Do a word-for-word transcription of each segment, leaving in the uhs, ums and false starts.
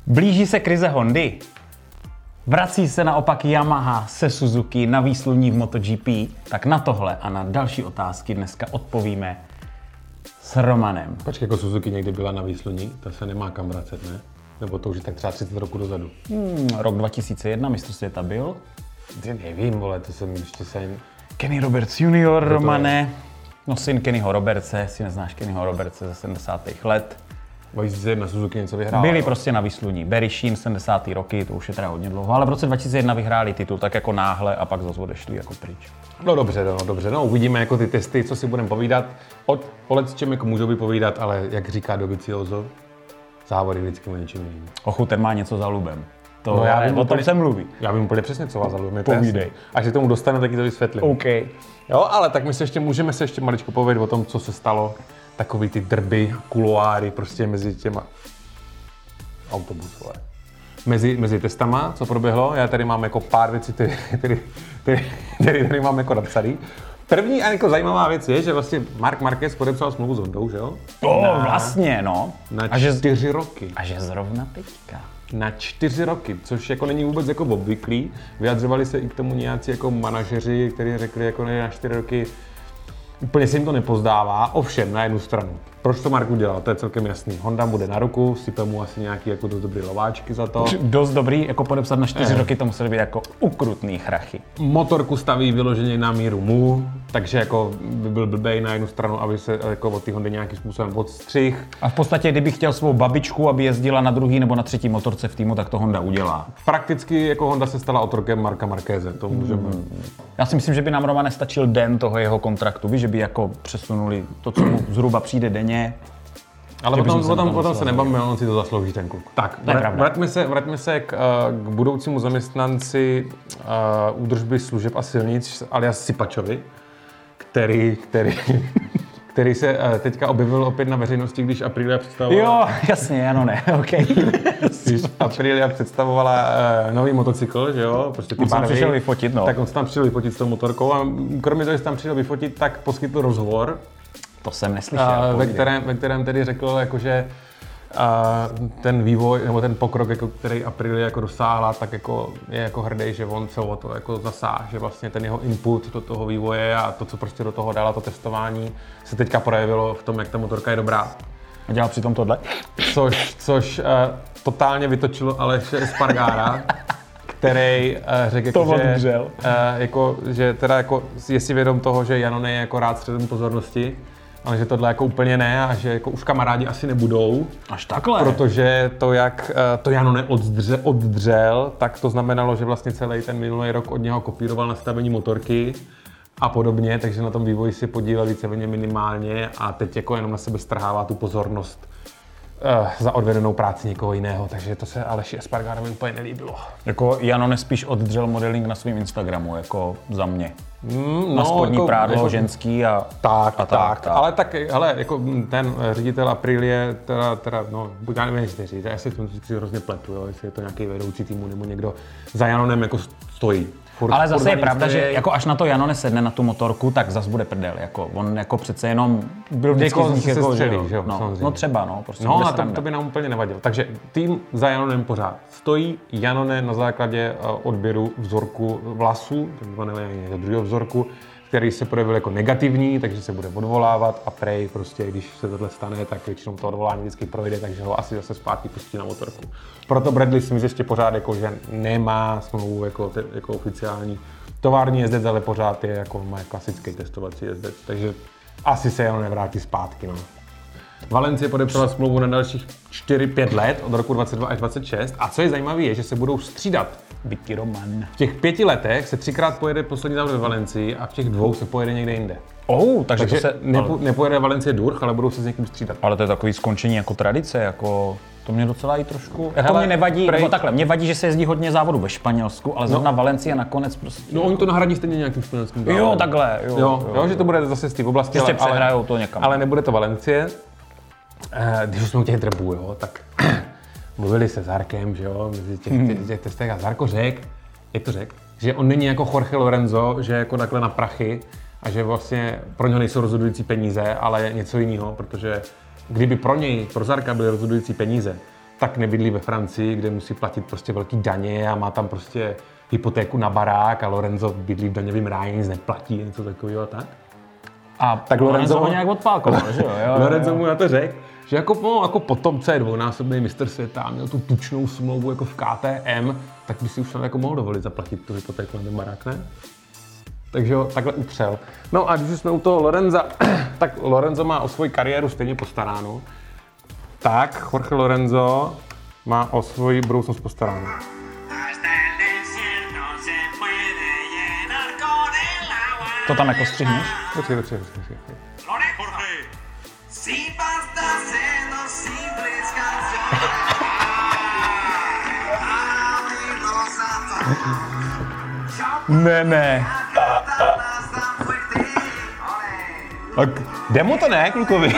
Blíží se krize Hondy. Vrací se naopak Yamaha se Suzuki na výsluní v MotoGP. Tak na tohle a na další otázky dneska odpovíme s Romanem. Počkej, jako Suzuki někdy byla na výsluní, to se nemá kam vracet, ne? Nebo to už je tak třeba třicet roku dozadu. Hmm, rok dva tisíce jedna, mistr světa byl. Já nevím, vole, to jsem ještě se... Kenny Roberts junior, Romane. No syn Kennyho Robertse, si neznáš Kennyho Robertse ze sedmdesátých let. dva tisíce jedna Suzuki něco vyhrál. Byli jo? prostě na výsluní. Barry Sheene, sedmdesátých roky, to už je teda hodně dlouho, ale v roce dva tisíce jedna vyhráli titul tak jako náhle a pak zase odešli jako pryč. No dobře, no dobře, no uvidíme jako ty testy, co si budeme povídat. Od o čem jako můžou vypovídat, ale jak říká Dovizioso, závody vždycky o něčem jiným. Ochu, ten má něco za lubem. To No, já vím o tom úplně- se mluví. Já vím úplně přesně, co vás zalujeme. Povídej. Až se k tomu dostane, tak ji to vysvětlím. OK. Jo, ale tak my se ještě můžeme se ještě maličko povědět o tom, co se stalo. Takový ty drby, kuloáry prostě mezi těma autobusové. Mezi, mezi testama, co proběhlo, já tady mám jako pár věcí, které tady, tady, tady, tady mám jako napsaný. První a jako zajímavá věc je, že vlastně Marc Marquez podepsal smlouvu s Hondou, že jo? O, Na- vlastně, no. Na A že, čtyři roky. a že zrovna teďka. Na čtyři roky, což jako není vůbec jako obvyklý. Vyjadřovali se i k tomu nějací jako manažeři, kteří řekli jako ne, na čtyři roky úplně se jim to nepozdává. Ovšem, na jednu stranu. Proč to Mark udělal? To je celkem jasný. Honda bude na ruku, sype mu asi nějaký jako dost dobrý lováčky za to. Dost dobrý, jako podepsat na čtyři Eh. roky, to museli být jako ukrutný chrachy. Motorku staví vyloženě na míru mu, takže jako by byl blbej na jednu stranu, aby se jako od té Hondy nějakým způsobem odstřih. A v podstatě, kdyby chtěl svou babičku, aby jezdila na druhý nebo na třetí motorce v týmu, tak to Honda udělá. Prakticky jako Honda se stala otrokem Marka Marqueze, to můžeme. Já si myslím, že by nám Roman nestačil den toho jeho kontraktu, víš, že by jako přesunuli to, co mu zhruba přijde denně. Ale Že o tom, bychom se o tom, na tom o tom se mysleli. nebavíme, on si to zaslouží ten kluk. Tak, To je vra- pravda. vraťme se, vraťme se k, uh, k budoucímu zaměstnanci uh, údržby služeb a silnic, alias Sypačovi, který, který, který se uh, teďka objevil opět na veřejnosti, když Aprilia představovala, Jo, jasně, ano, ne, OK. když Aprilia představovala uh, nový motocykl, že jo, prostě ty On se tam barvy, přišel vyfotit, no. tak on se tam přišel vyfotit s tou motorkou a kromě toho, že se tam přišel vyfotit, tak poskytl rozhovor, To jsem neslyšel. A, ve, povídej. kterém, ve kterém tedy řekl, jako, že a, ten vývoj nebo ten pokrok, jako, který Aprilia jako dosáhla, tak jako, je jako hrdý, že on se o to jako zasáhl, že vlastně ten jeho input do toho vývoje a to, co prostě do toho dala, to testování, se teďka projevilo v tom, jak ta motorka je dobrá. A dělal přitom tohle? Což, což uh, totálně vytočilo Aleše Espargara, který uh, řekl, To jako, že, odbřel. uh, jako, že teda jako je si vědom toho, že Janone je jako rád středem pozornosti, ale že tohle jako úplně ne a že jako už kamarádi asi nebudou, Až takhle? protože to, jak uh, to Janone oddře, oddřel, tak to znamenalo, že vlastně celý ten minulý rok od něho kopíroval nastavení motorky a podobně, takže na tom vývoji si podílel víceméně minimálně a teď jako jenom na sebe strhává tu pozornost uh, za odvedenou práci někoho jiného, takže to se Aleši Espargarovi úplně nelíbilo. Jako Jano nespíš oddřel modeling na svém Instagramu, jako za mě. Mm, Na spodní jako, prádlo jako, ženský a... Tak, a tak, tak, tak. Ale tak, hele, jako ten ředitel Aprilie, teda, teda no, buď já nevím, jestli říct, já si to si hrozně pletu, jo, jestli je to nějaký vedoucí týmu nebo někdo za Janonem jako stojí. Furt, Ale furt zase za je ním pravda, stojí. že jako až na to Jano nesedne na tu motorku, tak zas bude prdel. Jako on jako přece jenom byl vždycky Někoho z nich se jako, střelí, že že jo, no, samozřejmě. no třeba, no, prostě No bude a to, sranda. to by nám úplně nevadilo. Takže tým za Janonem pořád stojí. Janone na základě uh, odběru vzorku vlasů, takzvaného druhého vzorku, který se projevil jako negativní, takže se bude odvolávat a prej prostě, když se tohle stane, tak většinou to odvolání vždycky projde, takže ho asi zase zpátky pustí na motorku. Proto Bradley Smith ještě pořád jako, že nemá smlouvu jako, te, jako oficiální tovární jezdec, ale pořád je jako má klasický testovací jezdec, takže asi se jenom nevrátí zpátky. No. Valencie podepsala smlouvu na dalších čtyři pět let, od roku dvacet dva až dvacet šest. A co je zajímavé, je, že se budou střídat. Bytý Roman. V těch pěti letech se třikrát pojede poslední závod ve Valencii a v těch dvou se pojede někde jinde. Oh, takže, Takže to se... nepo, ale, nepojede Valencie Durch, ale budou se s někým střídat. ale to je takový skončení jako tradice, jako... To mě docela i trošku... Jako Hele, mě nevadí, prej- nebo takhle, mě vadí, že se jezdí hodně závodů ve Španělsku, ale zrovna Valencia nakonec prostě... No oni to nahradí stejně nějakým španělským závodem. Jo, takhle, jo. Jo, jo, že to bude zase z té oblasti, Prostě ale, přehrajou to někam. ale nebude to Valencie. Eh, Když už jsme u těch drbů, jo, tak mluvili se s Zarkem, že jo, mezi těch, Hmm. těch, těch testech a Zarko řekl, jak to řekl, že on není jako Jorge Lorenzo, že jako takhle na prachy a že vlastně pro něho nejsou rozhodující peníze, ale něco jiného, protože kdyby pro něj, pro Zarka byly rozhodující peníze, tak nebydlí ve Francii, kde musí platit prostě velký daně a má tam prostě hypotéku na barák a Lorenzo bydlí v daňovém ráji, nic neplatí, něco takového a tak. A tak Lorenzo ho nějak odpálkoval, že jo? jo Lorenzo mu na to řekl, že jako, no, jako potomce dvounásobný mistr světa, měl tu tučnou smlouvu jako v K T M, tak by si už jako mohl dovolit zaplatit tu hypotéku na ten barák, ne? Takže ho takhle utřel. No a když jsme u toho Lorenza, tak Lorenzo má o svoji kariéru stejně postaráno. Tak Jorge Lorenzo má o svoji budoucnost postaráno. To tam jako střihneš? Počkej, počkej, počkej. Ne, ne. Tak jde mu to ne, klukovi?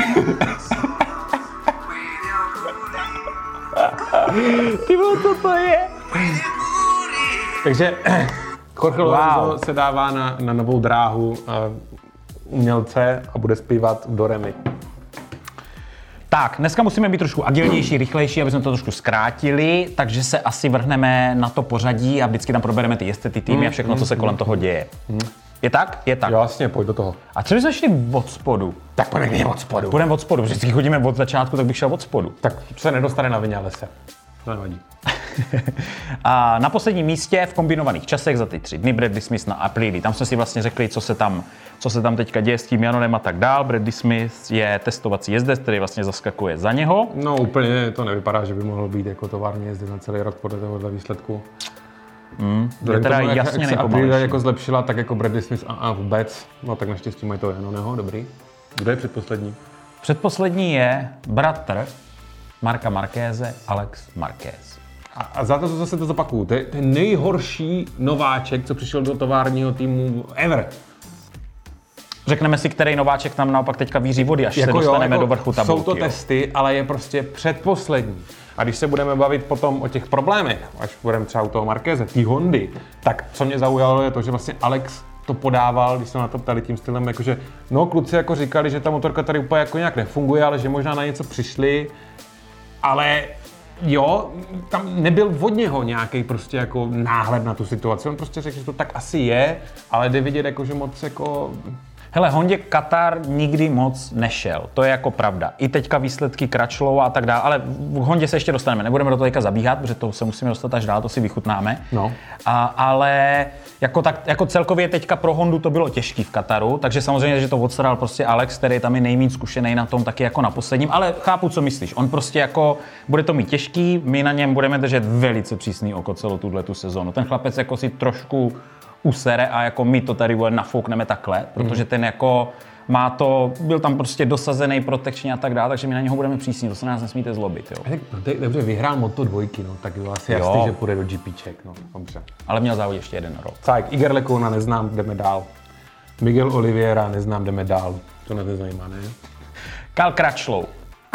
Ty vole, co to je? Takže Jorge Lorenzo wow. se dává na, na novou dráhu uh, umělce a bude zpívat do Remy. Tak, dneska musíme být trošku agilnější, rychlejší, aby jsme to trošku zkrátili, takže se asi vrhneme na to pořadí a vždycky tam probereme ty jesty, ty týmy mm, a všechno, mm, co se kolem mm, toho děje. Mm. Je tak? Je tak. Jo, jasně, pojď do toho. A co bychom šli od spodu? Tak půjdeme od spodu. Půjdeme od spodu, vždycky chodíme od začátku, tak bych šel od spodu. Tak se nedostane na Viňalese. To nevadí. A na posledním místě v kombinovaných časech za ty tři dny Bradley Smith na Aprilii. Tam jsme si vlastně řekli, co se tam, co se tam teďka děje s tím Janonem a tak dál. Bradley Smith je testovací jezdec, který vlastně zaskakuje za něho. No úplně to nevypadá, že by mohl být jako tovární jezdec na celý rok podle tohohle výsledku. Mm, je teda tomu, jasně jak se Aprilia jako zlepšila, tak jako Bradley Smith a, a vůbec. No tak naštěstí mají to Janoneho, dobrý. Kdo je předposlední? Předposlední je bratr Marka Markéze, Alex Marquez. A, a za to, co zase to zopakuju, to je ten nejhorší nováček, co přišel do továrního týmu ever. Řekneme si, který nováček tam naopak teďka víří vody, až jako se dostaneme jo, jako do vrchu tabulky. Jsou to jo. testy, ale je prostě předposlední. A když se budeme bavit potom o těch problémech, až budeme třeba u toho Markéze, té Hondy, tak co mě zaujalo je to, že vlastně Alex to podával, když se na to ptali tím stylem, jakože no kluci jako říkali, že ta motorka tady úplně jako nějak nefunguje, ale že možná na něco přišli, ale jo, tam nebyl od něho nějaký prostě jako náhled na tu situaci, on prostě řekl, že to tak asi je, ale jde vidět jako, že moc jako... Hele, Hondě Katar nikdy moc nešel, to je jako pravda. I teďka výsledky Crutchlow a tak dále, ale v Hondě se ještě dostaneme, nebudeme do toho teďka zabíhat, protože to se musíme dostat až dál, to si vychutnáme. No. A, ale jako, tak, jako celkově teďka pro Hondu to bylo těžký v Kataru, takže samozřejmě, že to odstral prostě Alex, který tam je nejméně zkušený na tom, taky jako na posledním, ale chápu, co myslíš. On prostě jako bude to mít těžký, my na něm budeme držet velice přísný oko celou tuhletu sezonu. Ten chlapec jako si trošku usere a jako my to tady nafoukneme takhle, protože ten jako má to, byl tam prostě dosazený protekčně a tak dále, takže my na něho budeme přísní, to se nás nesmíte zlobit, jo. Dobře, vyhrál Moto dvojky, no, tak bylo asi jasný, že půjde do GPček, no, dobře. Ale měl závodit ještě jeden rok. Tak, Iger Lecouna neznám, jdeme dál. Miguel Oliveira neznám, jdeme dál. To nás nezajímá, ne? Cal Crutchlow.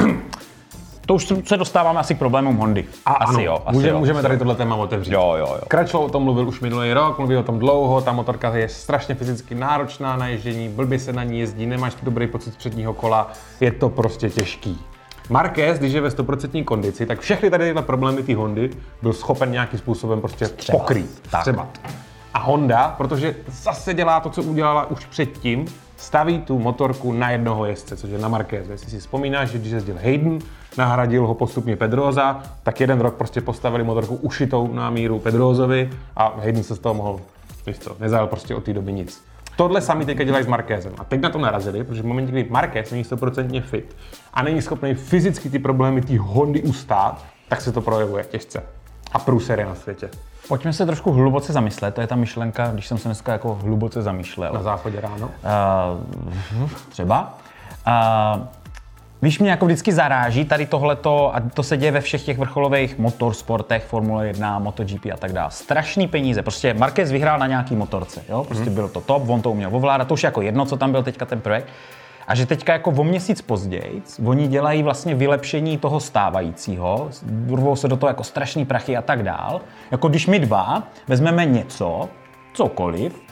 To už se dostáváme asi k problémům Hondy. A asi ano, jo. Asi může, jo. můžeme tady tohle téma otevřít. Jo, jo, jo. Crutchlow o tom mluvil už minulý rok, mluví o tom dlouho, ta motorka je strašně fyzicky náročná na ježdění, blbě se na ní jezdí, nemáš dobrý pocit z předního kola, je to prostě těžký. Marquez, když je ve sto procent kondici, tak všechny tady tyhle problémy té Hondy byl schopen nějakým způsobem prostě Střebat. pokrýt, střebat. A Honda, protože zase dělá to, co udělala už předtím, staví tu motorku na jednoho jezdce, což je na Marquez. Jestli si vzpomínáš, že když jezdil Hayden, nahradil ho postupně Pedrosa, tak jeden rok prostě postavili motorku ušitou na míru Pedrosovi a Hayden se z toho mohl, víš co, nezajel prostě od té doby nic. Tohle sami teďka dělají s Marquezem a teď na to narazili, protože v momentě, kdy Marquez není sto procent fit a není schopný fyzicky ty problémy té Hondy ustát, tak se to projevuje těžce. A průser je na světě. Pojďme se trošku hluboce zamyslet, to je ta myšlenka, když jsem se dneska jako hluboce zamýšlel. Na záchodě ráno? Uh, třeba. Uh, víš, mě jako vždycky zaráží tady tohleto, a to se děje ve všech těch vrcholových motorsportech, Formule jedna, MotoGP a tak dále. Strašný peníze, prostě Marquez vyhrál na nějaký motorce, jo? Prostě hmm. bylo to top, on to uměl ovládat, to už jako jedno, co tam byl teďka ten projekt. A že teďka jako o měsíc později, oni dělají vlastně vylepšení toho stávajícího, rvou se do toho jako strašný prachy a tak dál. Jako když my dva vezmeme něco, cokoliv,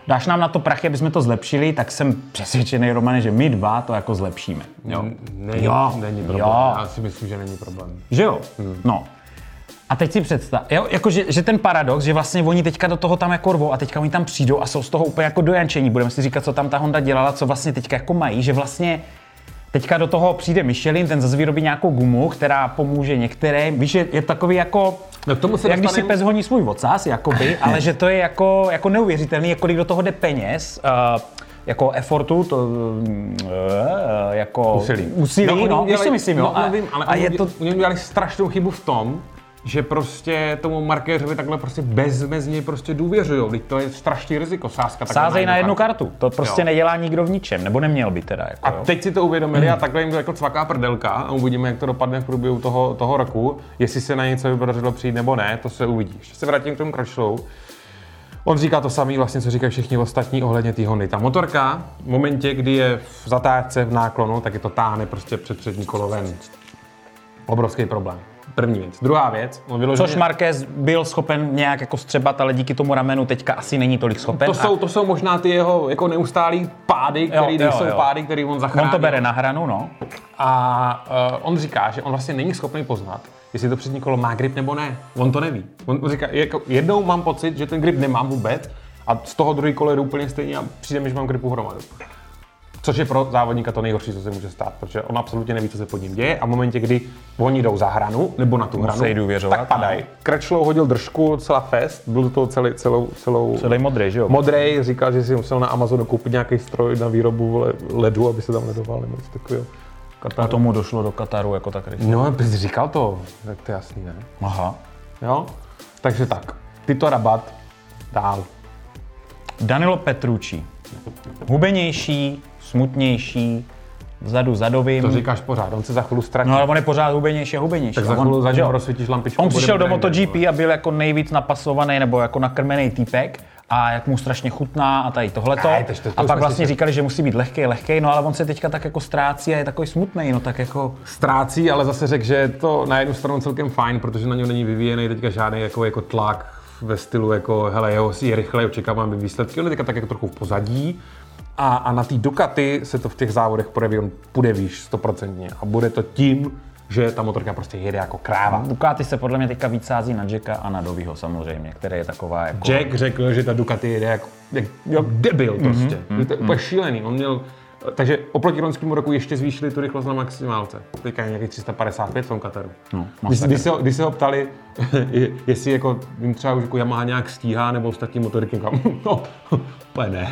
dáš nám na to prachy, aby jsme to zlepšili, tak jsem přesvědčený, Romane, že my dva to jako zlepšíme. Jo. Není, jo. není problém. Jo. Já si myslím, že není problém. Že jo? Hmm. No. A teď si představ, jo, jako že, že ten paradox, že vlastně oni teďka do toho tam jako rvou a teďka oni tam přijdou a jsou z toho úplně jako dojančení. Budeme si říkat, co tam ta Honda dělala, co vlastně teďka jako mají, že vlastně teďka do toho přijde Michelin, ten zase vyrobí nějakou gumu, která pomůže některým. Víš, je, je takový jako, no k tomu se jak dostanem... když si pes honí svůj ocas, jakoby, ale že to je jako, jako neuvěřitelný, jako kolik do toho jde peněz. Uh, jako effortu, to uh, jako úsilí, úsilí no, no víš, co myslím, no, jo? A, nevím, ale a je to... oni udělali strašnou chybu v tom, že prostě tomu markéřovi takhle prostě bezmezně prostě důvěřujou. Teď to je strašný riziko, sázka. Sázej na jednu kartu. kartu. To prostě jo. nedělá nikdo v ničem, nebo neměl by teda. Jako, a jo. teď si to uvědomili hmm. a takhle jim to jako cvaká prdelka a uvidíme, jak to dopadne v průběhu toho, toho roku. Jestli se na něco vypodařilo přijít nebo ne, to se uvidí. Ještě se vrátím k tomu Crutchlow. On říká to samé, vlastně, co říkají všichni ostatní ohledně té Hondy. Ta motorka v momentě, kdy je v zatáčce v náklonu, tak je to táhne prostě před přední kolo ven. Obrovský problém. První věc. Druhá věc. Vyloženě... Což Marquez byl schopen nějak jako střebat, ale díky tomu ramenu teďka asi není tolik schopen. To jsou, to jsou možná ty jeho jako neustálý pády, které nejsou pády, které on zachránil. On to bere na hranu, no. A uh, on říká, že on vlastně není schopný poznat, jestli to přední kolo má grip nebo ne. On to neví. On, on říká, jako, jednou mám pocit, že ten grip nemám vůbec a z toho druhý kolo jde úplně stejně a přijde mi, že mám gripu hromadu. Což je pro závodníka to nejhorší, co se může stát, protože on absolutně neví, co se pod ním děje a v momentě, kdy oni jdou za hranu nebo na tu hranu, tak padají. Crutchlow hodil držku docela fest, byl to celý, celou, celou... Celý modrý, že jo? Modrý, říkal, že si musel na Amazonu koupit nějaký stroj na výrobu ledu, aby se tam ledoval nebo něco takového. A tomu došlo do Kataru jako tak rychle. No, bys říkal to, tak to je jasný, ne? Aha. Jo? Takže tak, Tito Rabat, dál. Danilo Petrucci. Hubenější, smutnější, vzadu zadovým. To říkáš pořád, on se za chvíli ztratí. No ale on je pořád hubenější a hubenější. Tak za chvíli za něho rozsvítíš lampičku. On přišel do MotoGP a byl jako nejvíc napasovaný nebo jako nakrmený týpek a jak mu strašně chutná a tady tohleto. Aj, to, to a pak vlastně si... říkali, že musí být lehkej, lehkej, no ale on se teďka tak jako ztrácí a je takový smutný, no tak jako... Ztrácí, ale zase řekl, že je to na jednu stranu celkem fajn, protože na něj není vyvíjený teďka žádný jako, jako tlak ve stylu jako hele, jeho si je rychle, očekáváme výsledky, on je teďka tak jako trochu v pozadí. A, a na té Ducati se to v těch závodech projeví, on půjde výš stoprocentně a bude to tím, že ta motorka prostě jede jako kráva. Ducati se podle mě teďka víc sází na Jacka a na Dovyho samozřejmě, který je taková jako... Jack řekl, že ta Ducati jede jako, jako debil prostě, mm-hmm, to je úplně mm. šílený, on měl... Takže oproti loňskému roku ještě zvýšili tu rychlost na maximálce. Teďka je nějakých tři sta padesát pět v tom Kataru. No, když, když, se, když se ho ptali, jestli jako, jim třeba už jako Yamaha nějak stíhá nebo ostatní motoriky, no, úplně ne.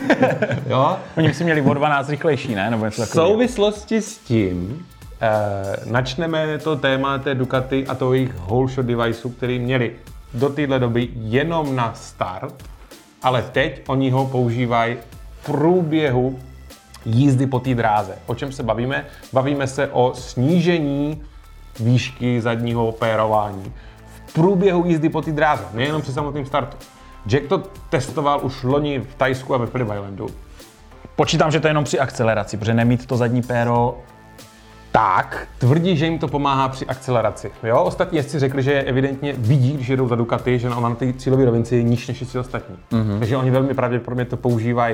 Jo? Oni si měli o dvanáct rychlejší, ne? Nebo něco v souvislosti s tím eh, načneme to téma té Ducati a toho jejich whole shot device, který měli do téhle doby jenom na start, ale teď oni ho používají v průběhu jízdy po té dráze. O čem se bavíme? Bavíme se o snížení výšky zadního pérování v průběhu jízdy po té dráze, nejenom při samotném startu. Jack to testoval už loni v Thajsku a ve Phillip Islandu. Počítám, že to je jenom při akceleraci, protože nemít to zadní péro... Tak, tvrdí, že jim to pomáhá při akceleraci. Jo? Ostatní jezdci řekli, že evidentně vidí, když jedou za Ducati, že ona na té cílové rovinci je níž než si ostatní. Mm-hmm. Takže oni velmi pravděpodobně to používají.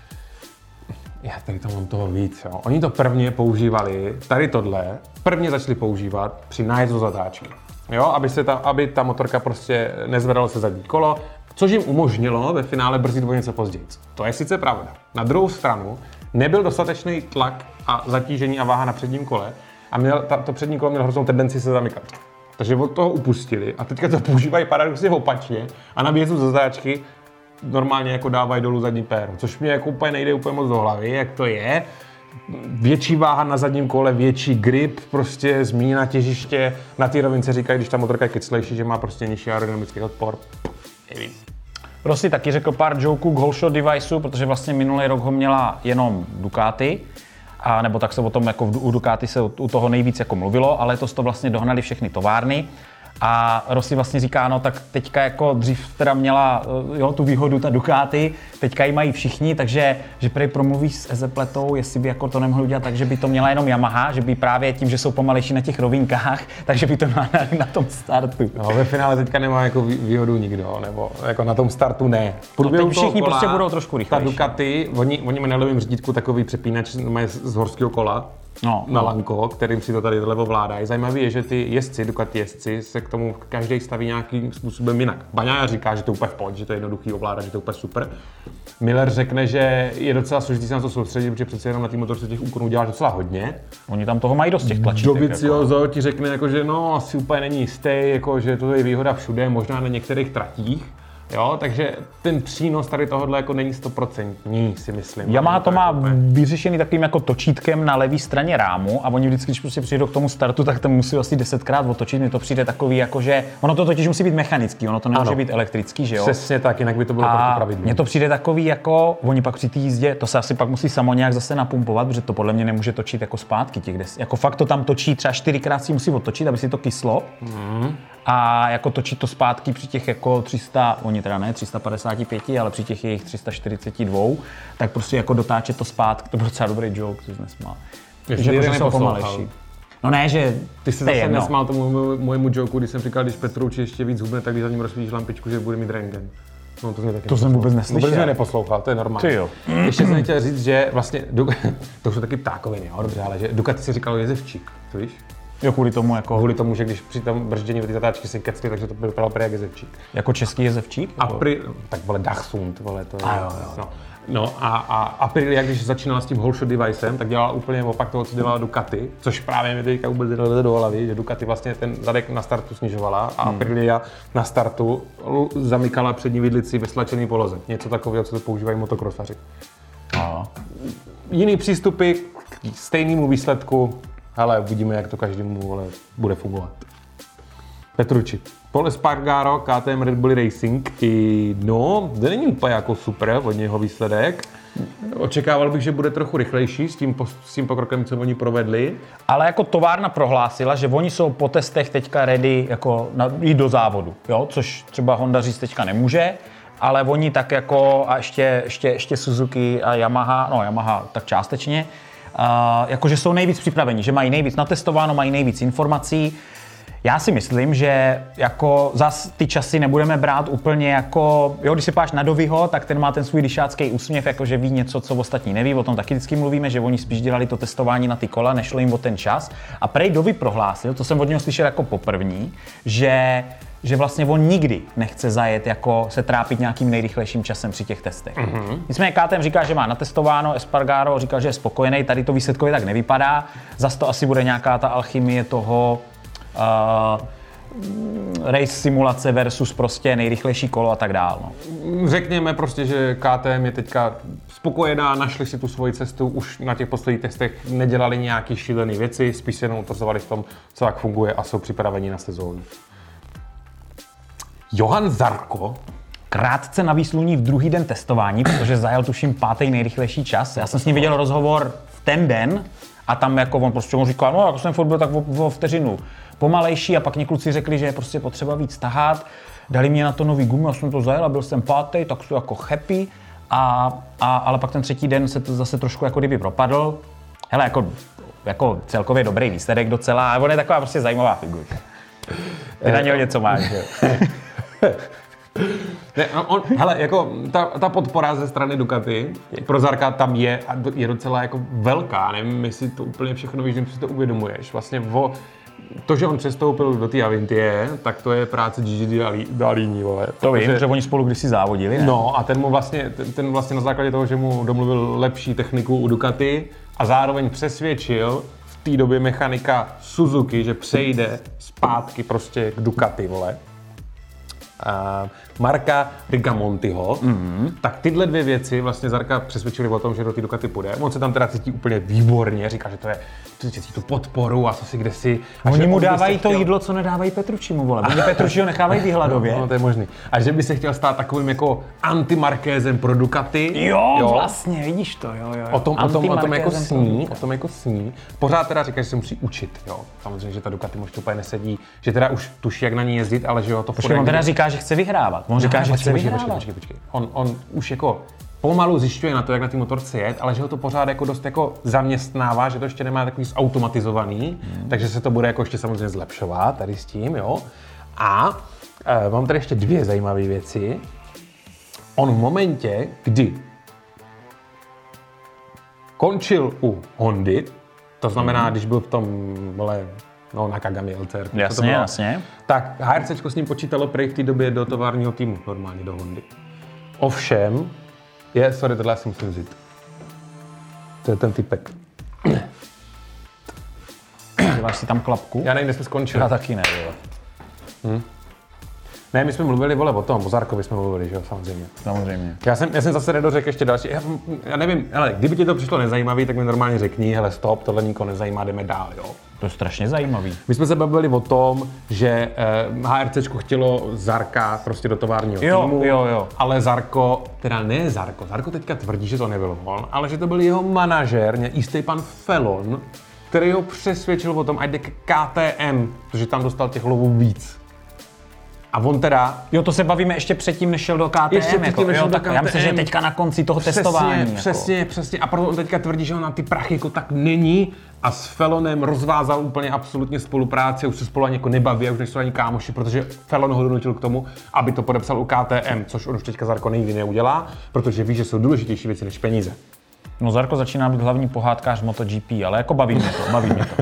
Já tady to mám toho víc, jo. Oni to prvně používali, tady tohle, prvně začali používat při nájezdu zatáčky. Jo, aby, se ta, aby ta motorka prostě nezvedala se zadní kolo, což jim umožnilo ve finále brzdit o něco později. To je sice pravda. Na druhou stranu nebyl dostatečný tlak a zatížení a váha na předním kole a měl, ta, to přední kolo mělo hroznou tendenci se zamykat. Takže od toho upustili a teďka to používají paradoxně opačně a na výjezdu ze zatáčky normálně jako dávají dolů zadní péro, což mě jako úplně nejde úplně moc do hlavy, jak to je. Větší váha na zadním kole, větší grip, prostě zmíněná těžiště. Na té rovince říkají, když ta motorka je kyclejší, že má prostě nižší aerodynamický odpor. Nevím. Rossi taky řekl pár joků k whole shot deviceu, protože vlastně minulý rok ho měla jenom Ducati. A nebo tak se o tom jako u Ducati se u toho nejvíc jako mluvilo, ale letos to vlastně dohnali všechny továrny. A Rossi vlastně říká, no tak teďka jako dřív teda měla jo, tu výhodu ta Ducati, teďka ji mají všichni, takže že prej promluví s Ezepletou, jestli by jako to nemohli udělat tak, že by to měla jenom Yamaha, že by právě tím, že jsou pomalejší na těch rovinkách, takže by to měla na, na tom startu. No, ve finále teďka nemá jako výhodu nikdo, nebo jako na tom startu ne. No, teď všichni kola, prostě budou trošku rychlejší. Ta Ducati, oni, oni mají na levém řídítku takový přepínač z horského kola, no, na no. lanko, kterým si to tady levo vládají. Zajímavé je, že ty jezdci, Ducati jezdci, se k tomu každý staví nějakým způsobem jinak. Baňája říká, že to je úplně v pohodě, že to je jednoduchý ovládat, že to je úplně super. Miller řekne, že je docela složitý se na to soustředit, protože přece jenom na té motorce těch úkonů děláš docela hodně. Oni tam toho mají dost těch tlačítek. Dovizioso jako. Ti řekne, jako, že no, asi úplně není jistý, jako, že to je výhoda všude, možná na některých tratích. Jo, takže ten přínos tady tohohle jako není stoprocentní, si myslím. Yamaha to má vyřešený takovým jako točítkem na levé straně rámu a oni vždycky, když prostě přijdou k tomu startu, tak tam musí asi desetkrát otočit. Mně to přijde takový jako, že ono to totiž musí být mechanický, ono to nemůže ano. být elektrický, že jo? Přesně tak, jinak by to bylo proti pravidlu. Mně to přijde takový jako, oni pak při té jízdě, to se asi pak musí samo nějak zase napumpovat, protože to podle mě nemůže točit jako zpátky těch des. Jako fakt to tam točí, třeba čtyřikrát si musí otočit, aby si to kyslo. Mm. A jako točit to zpátky při těch jako tři sta, oni teda ne tři sta padesát pět, ale při těch jejich tři sta čtyřicet dva, tak prostě jako dotáčet to zpátky, to byl docela dobrý joke, což nesmál. Že prostě jsou pomalejší. No ne, že ty se zase jedno. Nesmál tomu mojemu joku, když jsem říkal, když Petrouči ještě víc hubne, tak když za ním rozsvítíš lampičku, že bude mít rentgen. No, to taky to jsem vůbec neslyšel. Vůbec mě neposlouchal, to je normální. Ty jo. Ještě jsem chtěl říct, že vlastně, to jsou taky ptákoviny, jo, dobře, ale že Ducati si říkalo jezevčík, to víš? Jo, kvůli tomu jako... Kvůli tomu, že když při tom brždění ty zatáčky si kecli, takže to vypadalo prý jak jezevčík. Jako český jezevčík? Apri... Tak vole Dachshund, vole to je... A jo, jo. No. No a, a Aprilia, když začínala s tím whole shot devicem, tak dělala úplně opak toho, co dělala Ducati, což právě mi teďka vůbec jde do hlavy, že Ducati vlastně ten zadek na startu snižovala a hmm. Aprilia na startu zamykala přední vidlici ve stlačený poloze. Něco takového, co to používají motokrosaři. Aha. Jiný přístupy k stejnému výsledku, ale uvidíme, jak to každému vole, bude fungovat. Petrucci. Pol Espargaro, K T M Red Bull Racing, i no, to není úplně jako super od něho výsledek. Očekával bych, že bude trochu rychlejší s tím, s tím pokrokem, co oni provedli. Ale jako továrna prohlásila, že oni jsou po testech teďka ready jako na, jít do závodu, jo? Což třeba Honda říct teďka nemůže, ale oni tak jako a ještě, ještě, ještě Suzuki a Yamaha, no Yamaha tak částečně, uh, jakože jsou nejvíc připraveni, že mají nejvíc natestováno, mají nejvíc informací. Já si myslím, že jako zas ty časy nebudeme brát úplně jako, jo, když si páš na Dovyho, tak ten má ten svůj dyšácký úsměv, jakože ví něco, co ostatní neví, o tom taky vždycky mluvíme, že oni spíš dělali to testování na ty kola, nešlo jim o ten čas. A prej Dovy prohlásil, to jsem od něho slyšel jako poprvní, že že vlastně on nikdy nechce zajet jako se trápit nějakým nejrychlejším časem při těch testech. Mm-hmm. Nicméně K T M říká, že má natestováno, Espargaro říkal, že je spokojený, tady to výsledkově tak nevypadá, zas to asi bude nějaká ta alchymie toho Uh, race simulace versus prostě nejrychlejší kolo a tak dál. No. Řekněme prostě, že K T M je teďka spokojená, našli si tu svoji cestu, už na těch posledních testech nedělali nějaký šílený věci, spíš se jenom utvrzovali v tom, co jak funguje a jsou připraveni na sezónu. Johan Zarco. Krátce na výsluní v druhý den testování, protože zajel tuším pátý nejrychlejší čas. Já jsem s ním viděl rozhovor v ten den a tam jako on prostě on říkal, no jako jsem furt byl tak o, o vteřinu pomalejší a pak někluci řekli, že je prostě potřeba víc tahat. Dali mě na to nový gumy, já jsem to zajel a byl jsem pátý, tak jsem jako happy. A, a, ale pak ten třetí den se to zase trošku jako kdyby propadl. Hele, jako, jako celkově dobrý výsledek docela, ale on je taková prostě zajímavá figurka. Ty na něho něco máš, že? Ne, no on, hele, jako ta, ta podpora ze strany Ducati pro Zarka tam je a je docela jako velká, nevím, jestli to úplně všechno víš, nevím, si to uvědomuješ. Vlastně o, to, že on přestoupil do té Avintie, tak to je práce Gigi Dall'Igny, vole. To vím, protože oni spolu kdysi závodili, ne? No a ten mu vlastně, ten, ten vlastně na základě toho, že mu domluvil lepší techniku u Ducati a zároveň přesvědčil v té době mechanika Suzuki, že přejde zpátky prostě k Ducati, vole. Uh, Marka Rigamontiho, mm-hmm. tak tyhle dvě věci vlastně Zarka přesvědčili o tom, že do té Ducati půjde. On se tam teda cítí úplně výborně, říká, že to je tu podporu a co si kde si. Oni mu dávají to chtěl... jídlo, co nedávají Petruccimu, vole. Oni Petrucciho nechávají vyhladově. No, no, to je možný. A že by se chtěl stát takovým jako anti-Markézem pro Ducati. Jo, jo, vlastně, vidíš to, jo, jo. O tom, o tom, o tom jako sní, o tom jako sní. Pořád teda říká, že se musí učit, jo. Samozřejmě, že ta Ducati možná úplně nesedí, že teda už tuší, jak na ní jezdit, ale že jo, to Počkej, on teda říká, že chce vyhrávat. On říká, no, že počkej, chce počkej, vyhrávat. Počkej, počkej, počkej. On, on už jako pomalu zjišťuje na to, jak na té motorce jet, ale že ho to pořád jako dost jako zaměstnává, že to ještě nemá takový zautomatizovaný, hmm. takže se to bude jako ještě samozřejmě zlepšovat tady s tím, jo. A e, mám tady ještě dvě zajímavé věci. On v momentě, kdy končil u Hondy, to znamená, hmm. když byl v tom, vole, no na Kagami L C R, jasně, jasně. tak HRCčko s ním počítalo prej v té době do továrního týmu, normálně do Hondy. Ovšem, je, sorry, tohle já si musím vzít. To je ten typek. Děláš si tam klapku? Já nevím, kde jsme skončili. Já taky ne, vole. Hm? Ne, my jsme mluvili, vole, o tom, o Zarkovi jsme mluvili, že jo, samozřejmě. Samozřejmě. Já jsem, já jsem zase nedořekl ještě další, já, já nevím, ale kdyby ti to přišlo nezajímavý, tak mi normálně řekni, hele stop, tohle nikoho nezajímá, jdeme dál, jo. To je strašně zajímavý. My jsme se bavili o tom, že eh, HRCčko chtělo Zarka prostě do továrního jo, týmu, jo, jo. ale Zarko, teda ne Zarko, Zarko teďka tvrdí, že to nebyl on, ale že to byl jeho manažer, jistý pan Felon, který ho přesvědčil o tom, ať jde k K T M, protože tam dostal těch lovů víc. A on teda... Jo, to se bavíme ještě předtím, než šel do K T M. Ještě předtím, než šel do K T M. Já myslím, že teďka na konci toho přesně, testování. Přesně, jako. přesně. A proto on teďka tvrdí, že on na ty prachy jako tak není a s Felonem rozvázal úplně absolutně spolupráci, už se spolu ani jako nebaví, už nejsou ani kámoši, protože Felon ho donutil k tomu, aby to podepsal u K T M, což on už teďka Zarko nikdy neudělá, protože ví, že jsou důležitější věci než peníze. No Zarko začíná být hlavní pohádkář MotoGP, ale jako baví mě to, baví mě to.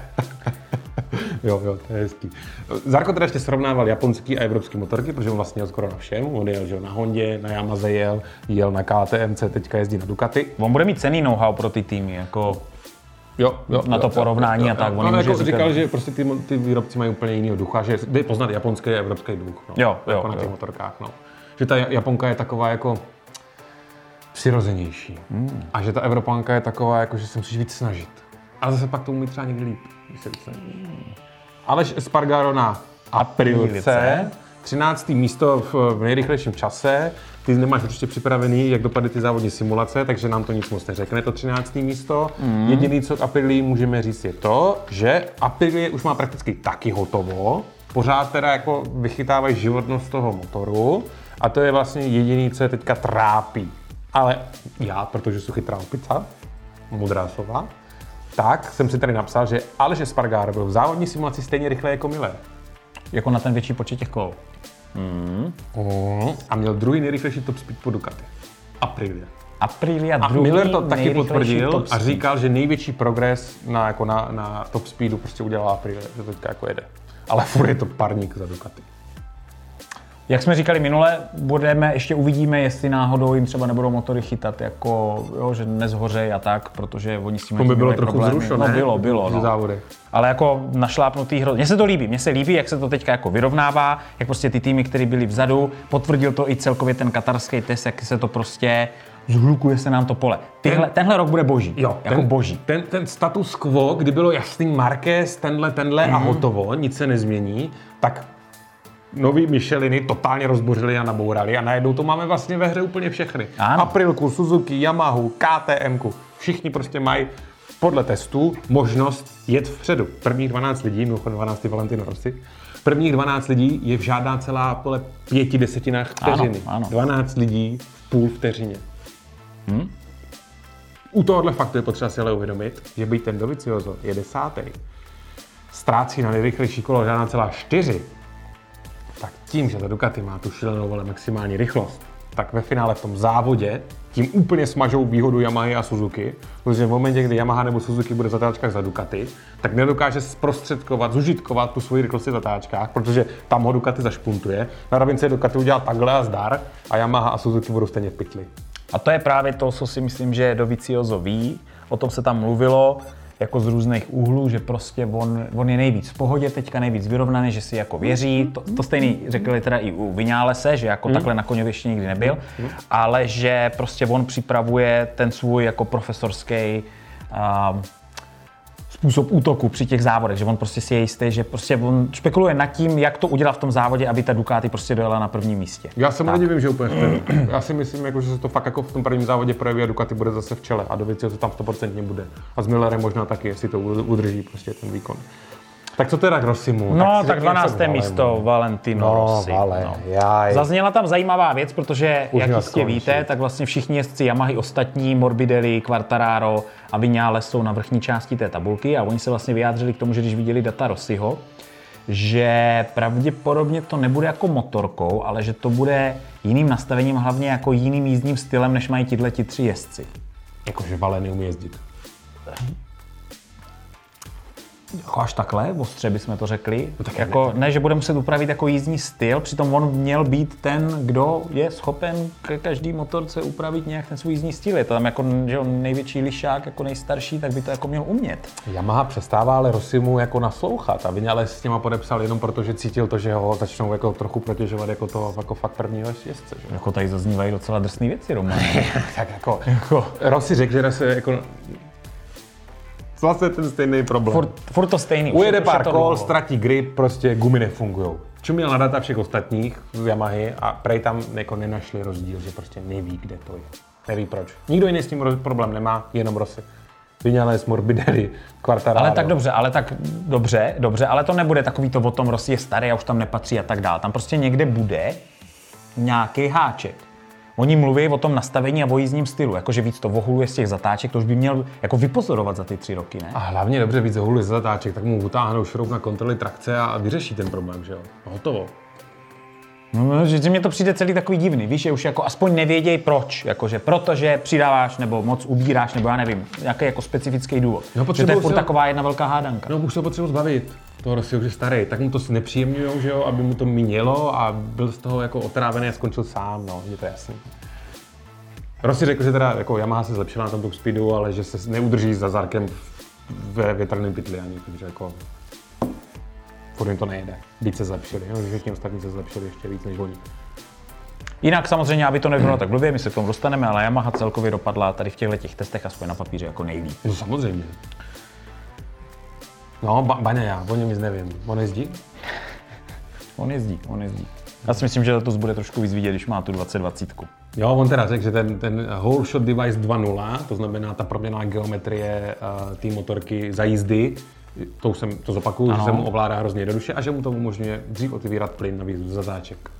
Jo, jo, to je hezký. Zarko teda ještě srovnával japonský a evropský motorky, protože on vlastně jel skoro na všem. On jel že na Hondě, na Yamaze jel, jel na K T M C, teďka jezdí na Ducati. On bude mít cenný know-how pro ty týmy, jako jo, jo, na to jo, porovnání jo, jo, a tak. On jako říkal, říkal, že prostě ty, ty výrobci mají úplně jinýho ducha, že jde poznat japonský a evropský duch. No, jo, jo, jako na těch jo. motorkách. No. Že ta Japonka je taková jako přirozenější. Hmm. A že ta Evropanka je taková, jako, že se musíš víc snažit. A zase pak to umí třeba někdy líp. Hmm. Aleš Espargaro na Aprilce, třinácté místo v, v nejrychlejším čase. Ty nemáš určitě připravený, jak dopadly ty závodní simulace, takže nám to nic moc neřekne, to třinácté místo. Mm. Jediný, co k Aprilii můžeme říct, je to, že Aprilie už má prakticky taky hotovo. Pořád teda jako vychytávají životnost toho motoru a to je vlastně jediný, co je teďka trápí. Ale já, protože jsou chytrá opica, modrá sova, tak jsem si tady napsal, že Aleš Espargaro byl v závodní simulaci stejně rychle jako Miller. Jako na ten větší počet těch kol. Mm. Mm. A měl druhý nejrychlejší top speed po Ducati. Aprilia. Aprilia a druhý Miller to taky potvrdil a říkal, že největší progres na, jako na, na top speedu prostě udělala Aprilia, že teďka jako jede. Ale furt je to parník za Ducati. Jak jsme říkali minule, budeme, ještě uvidíme, jestli náhodou jim třeba nebudou motory chytat, jako, jo, že nezhořejí a tak, protože oni s tím by bylo trochu vzrušo, no, bylo, bylo, no. Závody. Ale jako našlápnutý hrozně. Mně se to líbí, mně se líbí, jak se to teďka jako vyrovnává, jak prostě ty týmy, které byly vzadu, potvrdil to i celkově ten katarský test, jak se to prostě zhlukuje se nám to pole. Tyhle, ten, tenhle rok bude boží, jo, jako ten, boží. Ten, ten status quo, kdy bylo jasný Marquez, tenhle, tenhle mm. a hotovo, nic se nezmění, tak nový Micheliny totálně rozbořili a nabourali a najednou to máme vlastně ve hře úplně všechny. Ano. Aprilku, Suzuki, Yamahu, K T M ku. Všichni prostě mají podle testů možnost jet vpředu. Prvních dvanáct lidí, mimochodem dvanáctý Valentino Rossi, prvních dvanáct lidí je v žádná celá pole pěti desetinách vteřiny. Ano, ano. dvanáct lidí v půl vteřině. Hmm? U tohohle faktu je potřeba si ale uvědomit, že být ten Dovizioso je desátý, ztrácí na nejrychlejší kolo žádná celá čtyři, tak tím, že ta Ducati má tu šílenou vole maximální rychlost, tak ve finále v tom závodě tím úplně smažou výhodu Yamahy a Suzuki, protože v momentě, kdy Yamaha nebo Suzuki bude v zatáčkách za Ducati, tak nedokáže zprostředkovat, zužitkovat tu svoji rychlost v zatáčkách, protože tam ho Ducati zašpuntuje. Na rovince Ducati udělá takhle a zdar a Yamaha a Suzuki budou stejně v pytli. A to je právě to, co si myslím, že Dovizioso ví, o tom se tam mluvilo, jako z různých úhlů, že prostě on, on je nejvíc v pohodě, teďka nejvíc vyrovnaný, že si jako věří. To, to stejný řekli teda i u Vinálese, že jako hmm. takhle na koně ještě nikdy nebyl, hmm. ale že prostě on připravuje ten svůj jako profesorský uh, způsob útoku při těch závodech, že on prostě si je jistý, že prostě on špekuluje nad tím, jak to udělat v tom závodě, aby ta Ducati prostě dojela na prvním místě. Já se mu nedivím, že úplně v Já si myslím, jako, že se to fakt jako v tom prvním závodě projeví a Ducati bude zase v čele a do věci to tam sto procent bude. A s Millerem možná taky, jestli to udrží prostě ten výkon. Tak co teda k Rossimu? No, tak, tak dvanácté místo, Valentino no, Rossi. Vale, no. Zazněla tam zajímavá věc, protože, už jak jistě víte, tak vlastně všichni jezdci Yamahy ostatní, Morbidelli, Quartararo a Viñales jsou na vrchní části té tabulky a oni se vlastně vyjádřili k tomu, že když viděli data Rossiho, že pravděpodobně to nebude jako motorkou, ale že to bude jiným nastavením, hlavně jako jiným jízdním stylem, než mají tihleti tři jezdci. Jakože Vale neumí jezdit. Jako až takhle, ostře bychom to řekli. No tak jako, ne, že bude muset upravit jako jízdní styl, přitom on měl být ten, kdo je schopen ke každý motorce upravit nějak ten svůj jízdní styl. Je to tam jako že on největší lišák, jako nejstarší, tak by to jako měl umět. Yamaha přestává ale Rossimu jako naslouchat a Viñales s těma podepsal jenom proto, že cítil to, že ho začnou jako trochu protěžovat jako to jako fakt prvního jezdce. Že? Jako tady zaznívají docela drsné věci, Roman. Tak jako, jako Rossi řekl, že se jako zase ten stejný problém. Furt, furt to stejný. Ujede pár kol, ztratí grip, prostě gumy nefungujou. Čuměl na data všech ostatních z Yamahy a prej tam jako nenašli rozdíl, že prostě neví, kde to je. Neví proč. Nikdo jiný s tím problém nemá, jenom Rossi. Viñales, Morbidelli, Quartararo. Ale tak dobře, ale tak dobře, dobře, ale to nebude takový to o tom Rossi je starý a už tam nepatří a tak dál. Tam prostě někde bude nějaký háček. Oni mluví o tom nastavení a o jízdním stylu, jakože víc to vohuluje z těch zatáček, to už by měl jako vypozorovat za ty tři roky, ne? A hlavně dobře víc vohuluje z zatáček, tak mu utáhnou šroub na kontroly trakce a vyřeší ten problém, že jo? Hotovo. No, že mě to přijde celý takový divný, víš, že už jako aspoň nevěděj proč, jakože protože přidáváš nebo moc ubíráš, nebo já nevím, nějaký jako specifický důvod. No, že to je furt taková jedna velká hádanka. No, už se potřebuji zbavit toho Rossiho, už je starý, tak mu to nepříjemňujou, že jo, aby mu to mínělo a byl z toho jako otrávený a skončil sám, no, je to jasný. Rossi řekl, že teda jako Yamaha se zlepšila na tom top speedu, ale že se neudrží za zárkem ve větrném pytli ani, takže jako furt jim to nejde. Víc se zlepšili, no, že všichni ostatní se zlepšili ještě víc než oni. Jinak samozřejmě, aby to nebylo tak blbě, my se k tomu dostaneme, ale Yamaha celkově dopadla tady v těchto těch testech aspoň na papíře jako nejlíp. No samozřejmě. No, ba- Baňa já, o něm nic nevím. On jezdí? on jezdí, on jezdí. Já si myslím, že letos bude trošku víc vidět, když má tu dvacet dvacet. Jo, on teda řekl, že ten, ten Whole Shot Device dva tečka nula, to znamená ta proměnná geometrie uh, té motorky za jízdy, to už jsem to zopakuju, že se mu ovládá hrozně jednoduše a že mu to umožňuje dřív otevírat plyn na výzvu zatáček.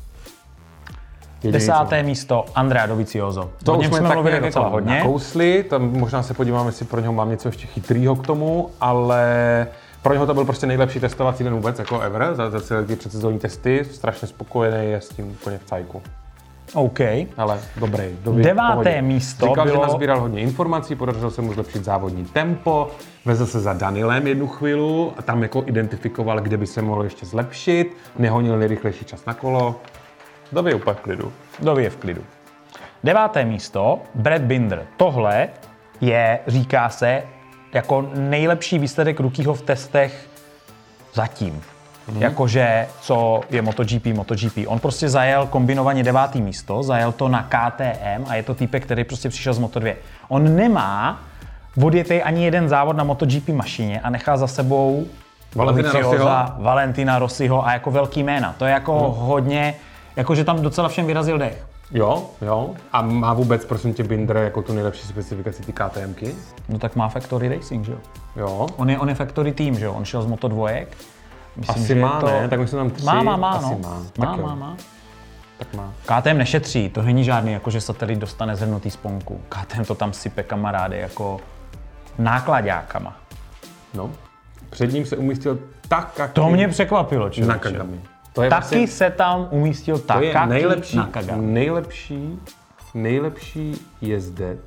Desáté místo Andrea Dovizioso. To už jsme mluvili docela hodně. Nakousli, tam možná se podíváme, jestli pro něho mám něco ještě chytrýho k tomu, ale pro něho to byl prostě nejlepší testovací den vůbec, jako ever, za, za celé ty předsezónní testy, strašně spokojený, je s tím úplně v cajku. OK. Ale dobrý, dobrý. Deváté pohodě. místo Říkal, bylo... že nazbíral hodně informací, podařilo se mu zlepšit závodní tempo, vezl se za Danilem jednu chvíli a tam jako identifikoval, kde by se mohlo ještě zlepšit, nehonil nejrychlejší čas na kolo. Doby je úplně v klidu. Doby je v klidu. Deváté místo, Brad Binder. Tohle je, říká se, jako nejlepší výsledek Rookieho v testech zatím. Mm-hmm. Jakože, co je MotoGP, MotoGP. On prostě zajel kombinovaně devátý místo, zajel to na K T M a je to týpek, který prostě přišel z Moto dva. On nemá odjetý ani jeden závod na MotoGP mašině a nechá za sebou Valentina Rossiho. Valentina Rossiho a jako velký jména. To je jako mm. hodně, jakože tam docela všem vyrazil dech. Jo, jo. A má vůbec, prosím tě, Binder jako tu nejlepší specifikaci ty KTMky? No tak má Factory Racing, že jo? Jo. On je, on je Factory Team, že jo? On šel z Moto dva. Myslím, Asi má, to... ne? Tak myslím tam tři. Má, má, má, Asi no. má. Má, tak má, má. Tak má. K T M nešetří, to není žádný, jakože satelit dostane zhrnutý sponku. K T M to tam sype kamarády jako náklaďákama. No. Před ním se umístil Takaki. To mě překvapilo, člověče. Nakagami. To je Taky vlastně, se tam umístil Takaki to je nejlepší, Nakagami. nejlepší, nejlepší jezdec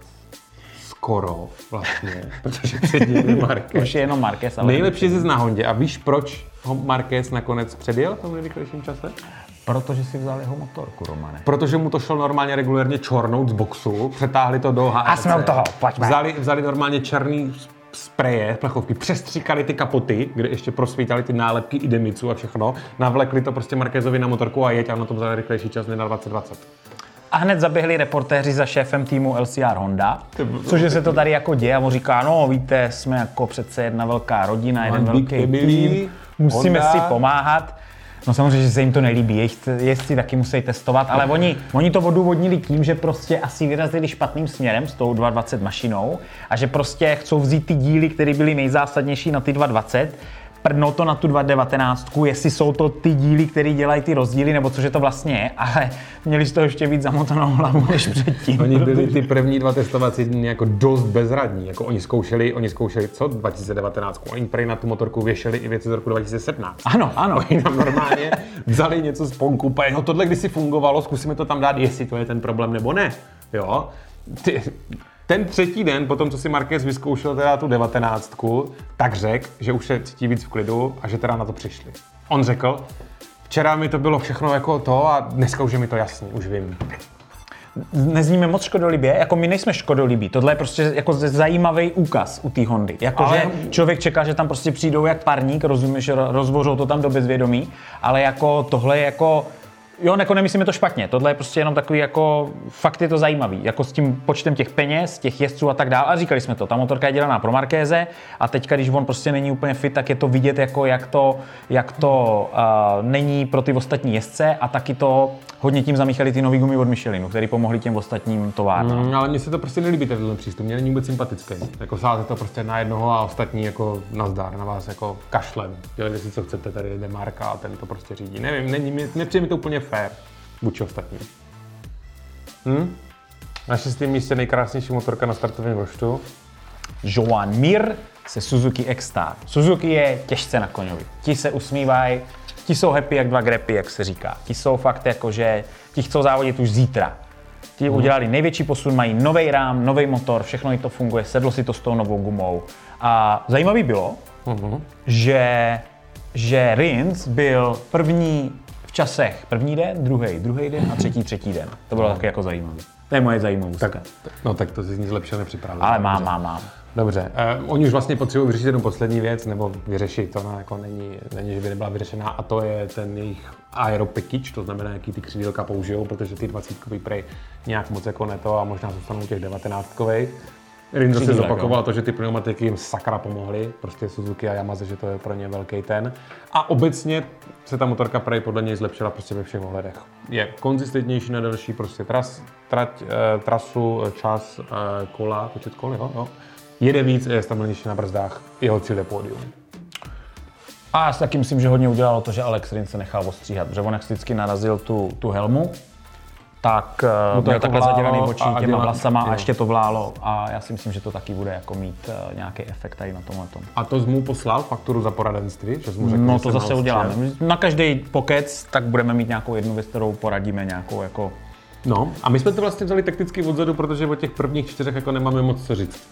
skoro vlastně, protože před ním je Marquez. Už je jenom Marquez, ale... Nejlepší jezdec na Hondě. A víš, proč ho Marquez nakonec předjel v tom nejrychlejším čase? Protože si vzal jeho motorku, Romane. Protože mu to šlo normálně regulérně čornout z boxu, přetáhli to do H R C. A jsme u toho, pojďme. Vzali, vzali normálně černý spreje, plechovky, přestříkali ty kapoty, kde ještě prosvítali ty nálepky Idemitsu a všechno, navlekli to prostě Marquezovi na motorku a jeď a na tom vzali rychlejší čas než na dvacet dvacet. A hned zaběhli reportéři za šéfem týmu L C R Honda, což se to tady jako děje a on říká, no víte, jsme jako přece jedna velká rodina, jeden velký tým, musíme Honda. si pomáhat. No samozřejmě, že se jim to nelíbí, jezdci taky musí testovat, ale oni, oni to odůvodnili tím, že prostě asi vyrazili špatným směrem s tou dvacet dva mašinou a že prostě chcou vzít ty díly, které byly nejzásadnější na ty dvacet, prdnout to na tu dvacet devatenáct, jestli jsou to ty díly, které dělají ty rozdíly, nebo cože to vlastně je, ale měli z toho ještě víc zamotanou hlavu než předtím. Oni byli ty první dva testovací dny jako dost bezradní, jako oni zkoušeli, oni zkoušeli co dva tisíce devatenáct, oni prej na tu motorku věšeli i věci z roku dva tisíce sedmnáct. Ano, ano. Oni nám normálně vzali něco z ponku, paje, no tohle kdysi fungovalo, zkusíme to tam dát, jestli to je ten problém nebo ne, jo. Ty, Ten třetí den, potom co si Marquez vyzkoušel teda tu devatenáctku, tak řekl, že už se cítí víc v klidu a že teda na to přišli. On řekl, včera mi to bylo všechno jako to a dneska už je mi to jasný, už vím. Nezníme moc škodolibě, jako my nejsme škodolibí, tohle je prostě jako zajímavý úkaz u té Hondy. Jakože ale... člověk čeká, že tam prostě přijdou jak parník, rozumíš, rozvořou to tam do bezvědomí, ale jako tohle je jako... Jo, jako nemyslíme to špatně, tohle je prostě jenom takový jako, fakt je to zajímavý, jako s tím počtem těch peněz, těch jezdců a tak dále. A říkali jsme to, ta motorka je dělaná pro Marqueze a teďka, když on prostě není úplně fit, tak je to vidět, jako jak to, jak to uh, není pro ty ostatní jezdce a taky to hodně tím zamíchali ty nový gumy od Michelinu, který pomohli těm ostatním továrnám. Mm, ale mně se to prostě nelíbí tenhle přístup, mě není vůbec sympatický. Jako sázet to prostě na jednoho a ostatní jako nazdar, na vás jako kašlem. Dělejte si, co chcete, tady jde Marka a ten to prostě řídí. Nevím, není, nepřijde mi to úplně fair vůči ostatním. Hm? Na šestém místě nejkrásnější motorka na startovém roštu. Joan Mir se Suzuki X-Star. Suzuki je těžce na koňovi. Ti se usmívají, ti jsou happy jak dva grepy, jak se říká. Ti jsou fakt jako, že ti chcou závodit už zítra. Ti mm. udělali největší posun, mají nový rám, nový motor, všechno jim to funguje, sedlo si to s tou novou gumou. A zajímavý bylo, mm. že, že Rins byl první v časech první den, druhý, druhý den a třetí, třetí den. To bylo no. taky jako zajímavé. To je moje zajímavost. Tak, no tak to si nic lepšího nepřipravil. Ale mám, mám, mám. Dobře, uh, oni už vlastně potřebují vyřešit jednu poslední věc, nebo vyřešit, to jako není, není, že by nebyla vyřešená, a to je ten jejich aero package, to znamená, jaký ty křídílka použijou, protože ty dvacítkový prej nějak moc jako neto a možná zůstanou těch devatenáctkových. Rin zase zopakoval jo. to, že ty pneumatiky jim sakra pomohly, prostě Suzuki a Yamaha, že to je pro ně velký ten. A obecně se ta motorka prej podle něj zlepšila prostě ve všech ohledech. Je konzistentnější na delší prostě tras, trať, eh, trasu, čas, eh, kola, počet kol, jo, jo. Jede víc a je stabilnější na brzdách, jeho cíl je pódium. A já si taky myslím, že hodně udělalo to, že Alex Rins se nechal ostříhat, protože on jak vždycky narazil tu, tu helmu, tak no byl jako takhle zadělaný očí těma dělat, vlasama a ještě to vlálo a já si myslím, že to taky bude jako mít uh, nějaký efekt tady na tomhletom. A to jsi mu poslal fakturu za poradenství? Že jsi mu řekl, no že to zase uděláme. Na každý pokec tak budeme mít nějakou jednu věc, kterou poradíme nějakou jako... No a my jsme to vlastně vzali takticky odzadu, protože o těch prvních čtyřech jako nemáme moc co říct.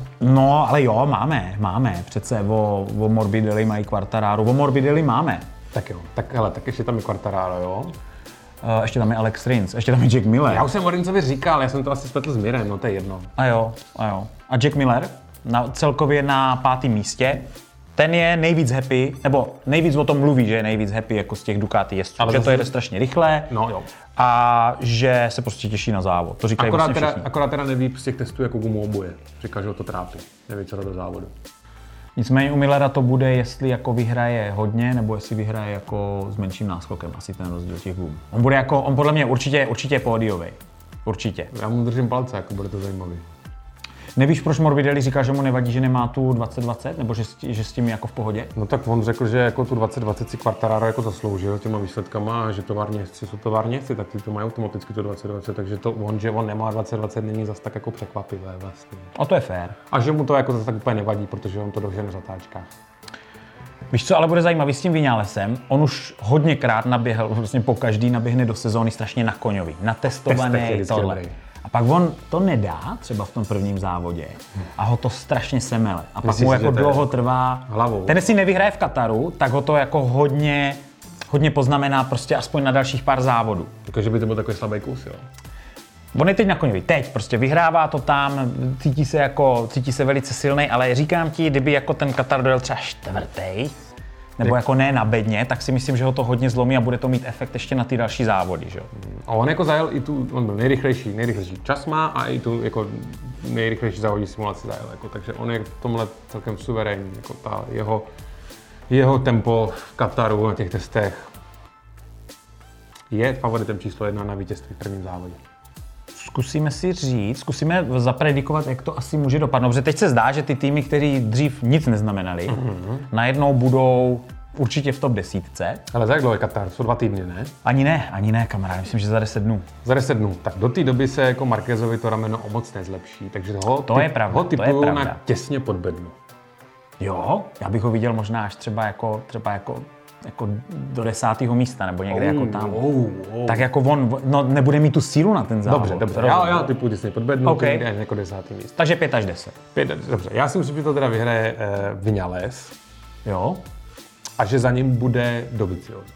No ale jo, máme, máme. Přece o, o Morbidelli mají Quartararo, o Morbidelli máme. Tak jo, tak hele, tak ještě tam je Quartararo, jo? Uh, ještě tam je Alex Rins, ještě tam je Jack Miller. Já už jsem o Rinsovi říkal, já jsem to asi spletl s Mirem, no to je jedno. A jo, a jo. A Jack Miller na, celkově na pátém místě. Ten je nejvíc happy, nebo nejvíc o tom mluví, že je nejvíc happy jako z těch Ducati jezdců, že to jede strašně rychle no, jo. a že se prostě těší na závod. To říkají akorát vlastně teda, akorát teda neví z těch testů jako gumu oboje. Říká, že ho to trápí, neví co do závodu. Nicméně u Millera to bude, jestli jako vyhraje hodně, nebo jestli vyhraje jako s menším náskokem, asi ten rozdíl těch gum. On bude jako, on podle mě určitě, určitě pódiový. Určitě. Já mu držím palce, jako bude to zajímavý. Nevíš, proč Morbidelli říká, že mu nevadí, že nemá tu dvacet dvacet, nebo že, že s tím je jako v pohodě? No tak on řekl, že jako tu dvacet dvacet si Quartararo jako zasloužil těma výsledkama a že tovární jezdci jsou tovární jezdci, tak ty to mají automaticky tu dvacet dvacet, takže to on, že on nemá dvacet dvacet, není zas tak jako překvapivé vlastně. A to je fér. A že mu to jako zase tak úplně nevadí, protože on to dožene v zatáčkách. Víš co, ale bude zajímavý s tím Vinálesem, on už hodněkrát naběhl, vlastně po každý naběhne do sezóny strašně na koňový, natestovaný tohle. Dobrý. A pak on to nedá, třeba v tom prvním závodě, a ho to strašně semele. A pak Myslíš, mu jako dlouho trvá. Hlavou. Ten, jestli nevyhraje v Kataru, tak ho to jako hodně, hodně poznamená prostě aspoň na dalších pár závodů. Takže by to byl takový slabý kus, jo? On je teď na koňovi, teď prostě vyhrává to tam, cítí se jako, cítí se velice silný, ale říkám ti, kdyby jako ten Katar dojel třeba čtvrtý, nebo jako ne na bedně, tak si myslím, že ho to hodně zlomí a bude to mít efekt ještě na ty další závody, že jo. A on jako zajel i tu, on byl nejrychlejší, nejrychlejší čas má a i tu jako nejrychlejší závodní simulaci zajel, jako, takže on je v tomhle celkem suverénní, jako ta jeho, jeho tempo v Kataru na těch testech je favoritem číslo jedna na vítězství v prvním závodě. Zkusíme si říct, zkusíme zapredikovat, jak to asi může dopadnout, protože teď se zdá, že ty týmy, které dřív nic neznamenaly, mm-hmm. najednou budou určitě v top desítce. Ale za jak dlouho je Katar? Jsou dva týdny, ne? Ani ne, ani ne, kamarád, myslím, že za deset dnů. Za deset dnů. Tak do té doby se jako Marquezovi to rameno o moc nezlepší, takže ho, to je pravda, ho to je pravda. na těsně pod bednu. Jo, já bych ho viděl možná až třeba jako, třeba jako, jako do desátého místa, nebo někde oh, jako tam. Oh, oh. Tak jako on no, nebude mít tu sílu na ten závod. Dobře, dobře. Já, já typu těsně pod bednu, okay. ty až jako desátý místo. Takže pět až deset. Pět, dobře, já si myslím, že to teda vyhraje eh, Viñales. Jo. A že za ním bude Dovizioso.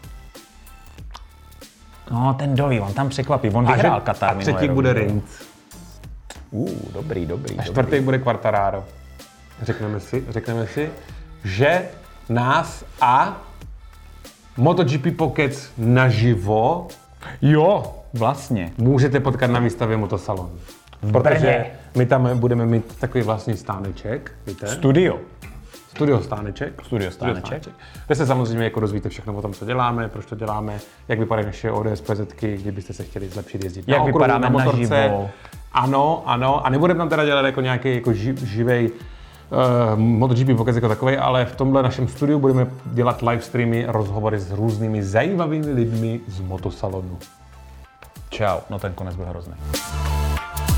No, ten Dovi, on tam překvapí. On vyhrál Katar. A třetí bude Rins. Uh, dobrý, dobrý. A čtvrtý bude Quartararo. Řekneme si, řekneme si, že nás a MotoGP Pockets naživo jo, vlastně. můžete potkat na výstavě Motosalon. Protože my tam budeme mít takový vlastní stáneček, víte? Studio. Studio stáneček. Studio stáneček. Kde se samozřejmě jako dozvíte všechno o tom, co děláme, proč to děláme, jak vypadají naše O D S PZky, kdybyste se chtěli zlepšit jezdit jak na okruhu, vypadáme na motorce. Naživo. Ano, ano. A nebudeme tam teda dělat jako nějaký jako ži, živej uh, MotoGP Pockets jako takový, ale v tomhle našem studiu budeme dělat live streamy, rozhovory s různými zajímavými lidmi z Motosalonu. Čau, no ten konec byl hrozný.